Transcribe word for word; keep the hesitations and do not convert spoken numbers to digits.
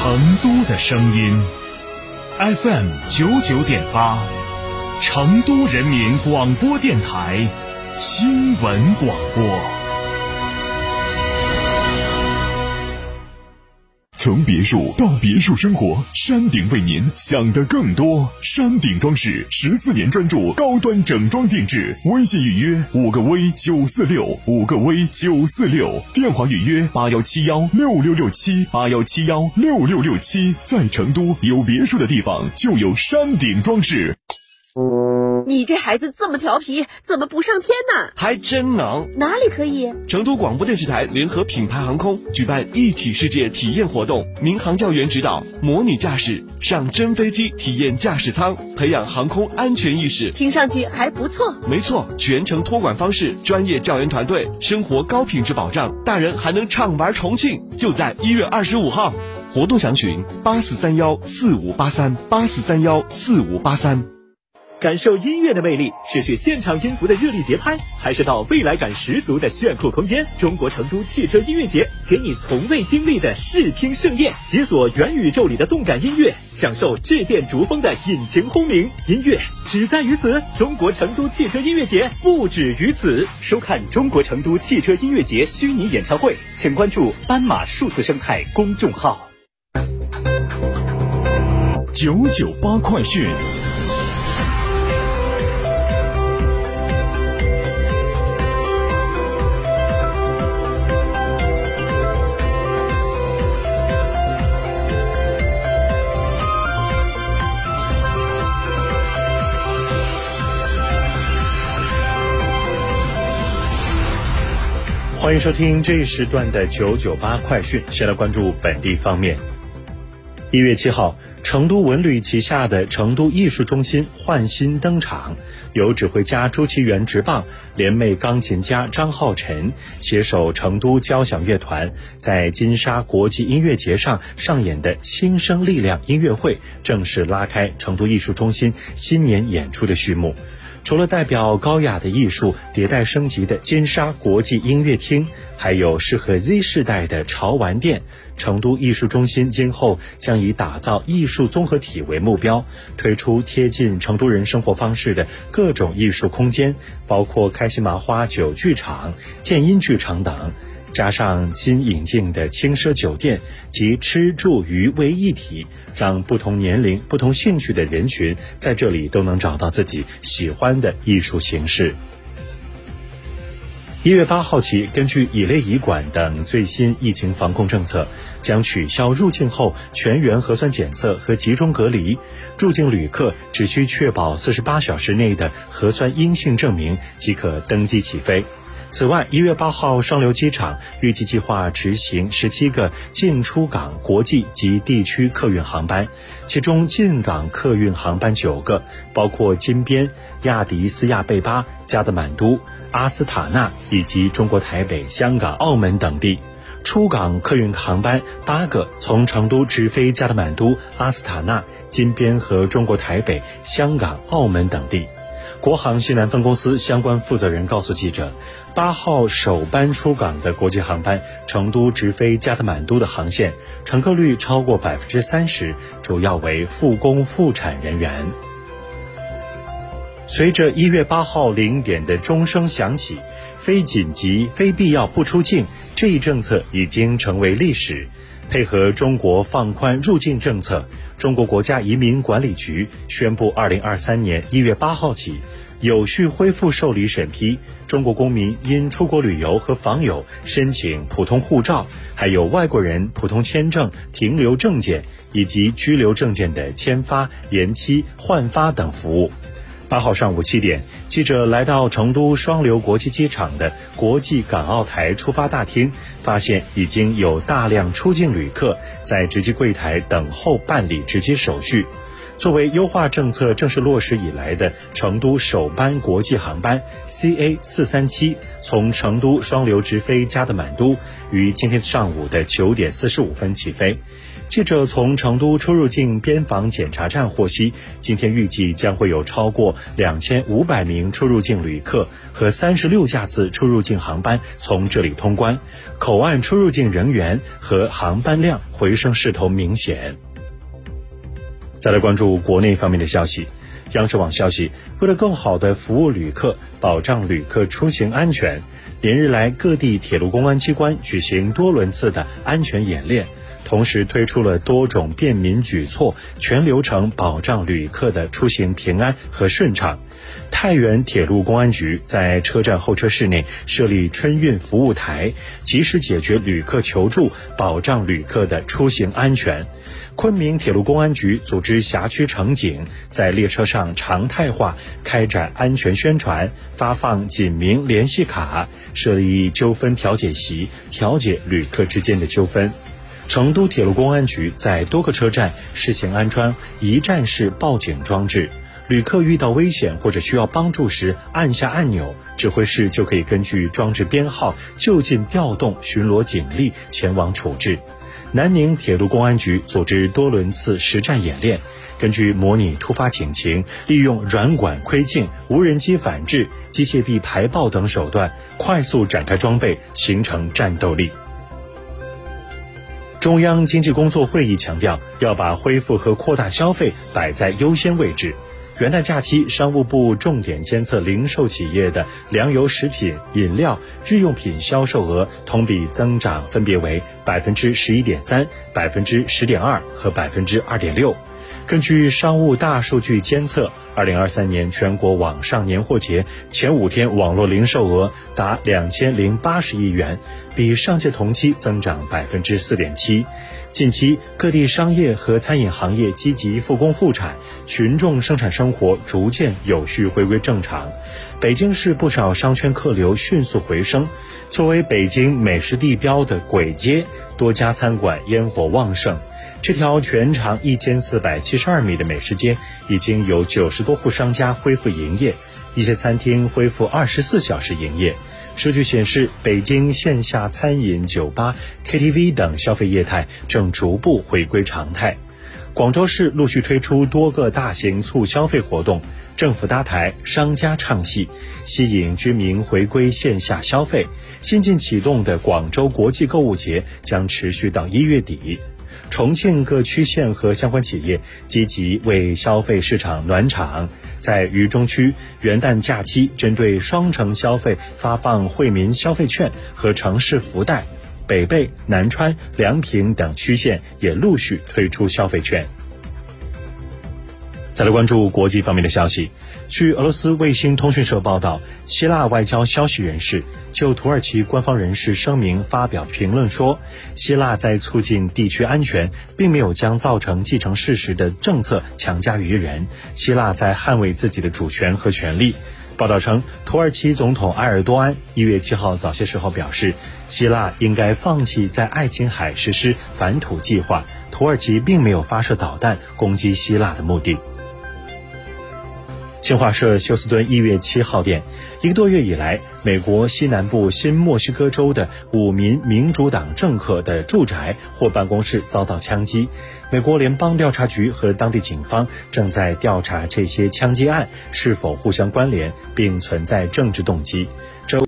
成都的声音 F M 九九点八，成都人民广播电台新闻广播。 从别墅到别墅生活，山顶为您想得更多。山顶装饰十四年专注高端整装定制，微信预约五个 V 九四六五个 V 九四六，电话预约八幺七幺六六六七八幺七幺六六六七。在成都有别墅的地方就有山顶装饰。 你这孩子这么调皮，怎么不上天呢？ 还真能。 哪里可以？ 成都广播电视台联合品牌航空举办一起世界体验活动，民航教员指导，模拟驾驶，上真飞机体验驾驶舱，培养航空安全意识。 听上去还不错。 没错，全程托管方式，专业教员团队，生活高品质保障，大人还能畅玩重庆。就在一月二十五号，活动详询八四三幺四五八三八四三幺四五八三。 感受音乐的魅力，是去现场音符的热力节拍，还是到未来感十足的炫酷空间？中国成都汽车音乐节给你从未经历的视听盛宴，解锁元宇宙里的动感音乐，享受致电逐风的引擎轰鸣。音乐只在于此，中国成都汽车音乐节不止于此。收看中国成都汽车音乐节虚拟演唱会，请关注斑马数字生态公众号。 九九八快讯。 欢迎收听这一时段的九九八快讯。先来关注本地方面。一月七号，成都文旅旗下的成都艺术中心焕新登场，由指挥家朱其元执棒，联袂钢琴家张浩晨携手成都交响乐团，在金沙国际音乐节上上演的新生力量音乐会，正式拉开成都艺术中心新年演出的序幕。除了代表高雅的艺术迭代升级的金沙国际音乐厅，还有适合 Z 世代的潮玩店，成都艺术中心今后将以打造艺术综合体为目标，推出贴近成都人生活方式的各种艺术空间，包括开心麻花酒剧场、电音剧场等，加上新引进的轻奢酒店及吃住娱为一体，让不同年龄、不同兴趣的人群在这里都能找到自己喜欢的艺术形式。一月八号起，根据乙类乙管等最新疫情防控政策，将取消入境后全员核酸检测和集中隔离，入境旅客只需确保四十八小时内的核酸阴性证明即可登机起飞。此外，一月八号双流机场预计计划执行十七个进出港国际及地区客运航班，其中进港客运航班九个，包括金边、亚的斯亚贝巴、加德满都、阿斯塔纳以及中国台北、香港、澳门等地。出港客运航班八个，从成都直飞加德满都、阿斯塔纳、金边和中国台北、香港、澳门等地。国航西南分公司相关负责人告诉记者，八号首班出港的国际航班成都直飞加德满都的航线，乘客率超过百分之三十，主要为复工复产人员。随着一月八号零点的钟声响起，非紧急、非必要不出境这一政策已经成为历史。配合中国放宽入境政策，中国国家移民管理局宣布，二零二三年一月八号起，有序恢复受理审批中国公民因出国旅游和访友申请普通护照，还有外国人普通签证、停留证件以及居留证件的签发、延期、换发等服务。八号上午七点，记者来到成都双流国际机场的国际港澳台出发大厅，发现已经有大量出境旅客在值机柜台等候办理值机手续。作为优化政策正式落实以来的成都首班国际航班 C A 四三七，从成都双流直飞加德满都，于今天上午的九点四十五分起飞。 记者从成都出入境边防检查站获悉，今天预计将会有超过两千五百名出入境旅客和三十六架次出入境航班从这里通关，口岸出入境人员和航班量回升势头明显。再来关注国内方面的消息。央视网消息，为了更好地服务旅客，保障旅客出行安全，连日来各地铁路公安机关举行多轮次的安全演练，同时推出了多种便民举措，全流程保障旅客的出行平安和顺畅。太原铁路公安局在车站候车室内设立春运服务台，及时解决旅客求助，保障旅客的出行安全。昆明铁路公安局组织辖区乘警在列车上常态化开展安全宣传，发放警民联系卡，设立纠纷调解席，调解旅客之间的纠纷。成都铁路公安局在多个车站试行安装一站式报警装置，旅客遇到危险或者需要帮助时，按下按钮，指挥室就可以根据装置编号就近调动巡逻警力前往处置。南宁铁路公安局组织多轮次实战演练，根据模拟突发警情，利用软管窥镜、无人机反制、机械臂排爆等手段，快速展开装备，形成战斗力。中央经济工作会议强调，要把恢复和扩大消费摆在优先位置。元旦假期，商务部重点监测零售企业的粮油食品、饮料、日用品销售额同比增长分别为百分之十一点三、百分之十点二和百分之二点六。根据商务大数据监测，二零二三年全国网上年货节前五天网络零售额达两千零八十亿元，比上届同期增长百分之四点七。近期各地商业和餐饮行业积极复工复产，群众生产生活逐渐有序回归正常。北京市不少商圈客流迅速回升，作为北京美食地标的簋街，多家餐馆烟火旺盛。这条全长一千四百七十二米的美食街，已经有九十多户商家恢复营业，一些餐厅恢复二十四小时营业。数据显示，北京线下餐饮、酒吧、K T V 等消费业态正逐步回归常态。广州市陆续推出多个大型促消费活动，政府搭台，商家唱戏，吸引居民回归线下消费。新近启动的广州国际购物节将持续到一月底。重庆各区县和相关企业积极为消费市场暖场，在渝中区元旦假期针对双城消费发放惠民消费券和城市福袋，北碚、南川、梁平等区县也陆续推出消费券。再来关注国际方面的消息。据俄罗斯卫星通讯社报道，希腊外交消息人士就土耳其官方人士声明发表评论说，希腊在促进地区安全，并没有将造成既成事实的政策强加于人，希腊在捍卫自己的主权和权利。报道称，土耳其总统埃尔多安一月七号早些时候表示，希腊应该放弃在爱琴海实施反土计划，土耳其并没有发射导弹攻击希腊的目的。新华社休斯敦一月七号电，一个多月以来，美国西南部新墨西哥州的五名民主党政客的住宅或办公室遭到枪击。美国联邦调查局和当地警方正在调查这些枪击案是否互相关联，并存在政治动机。这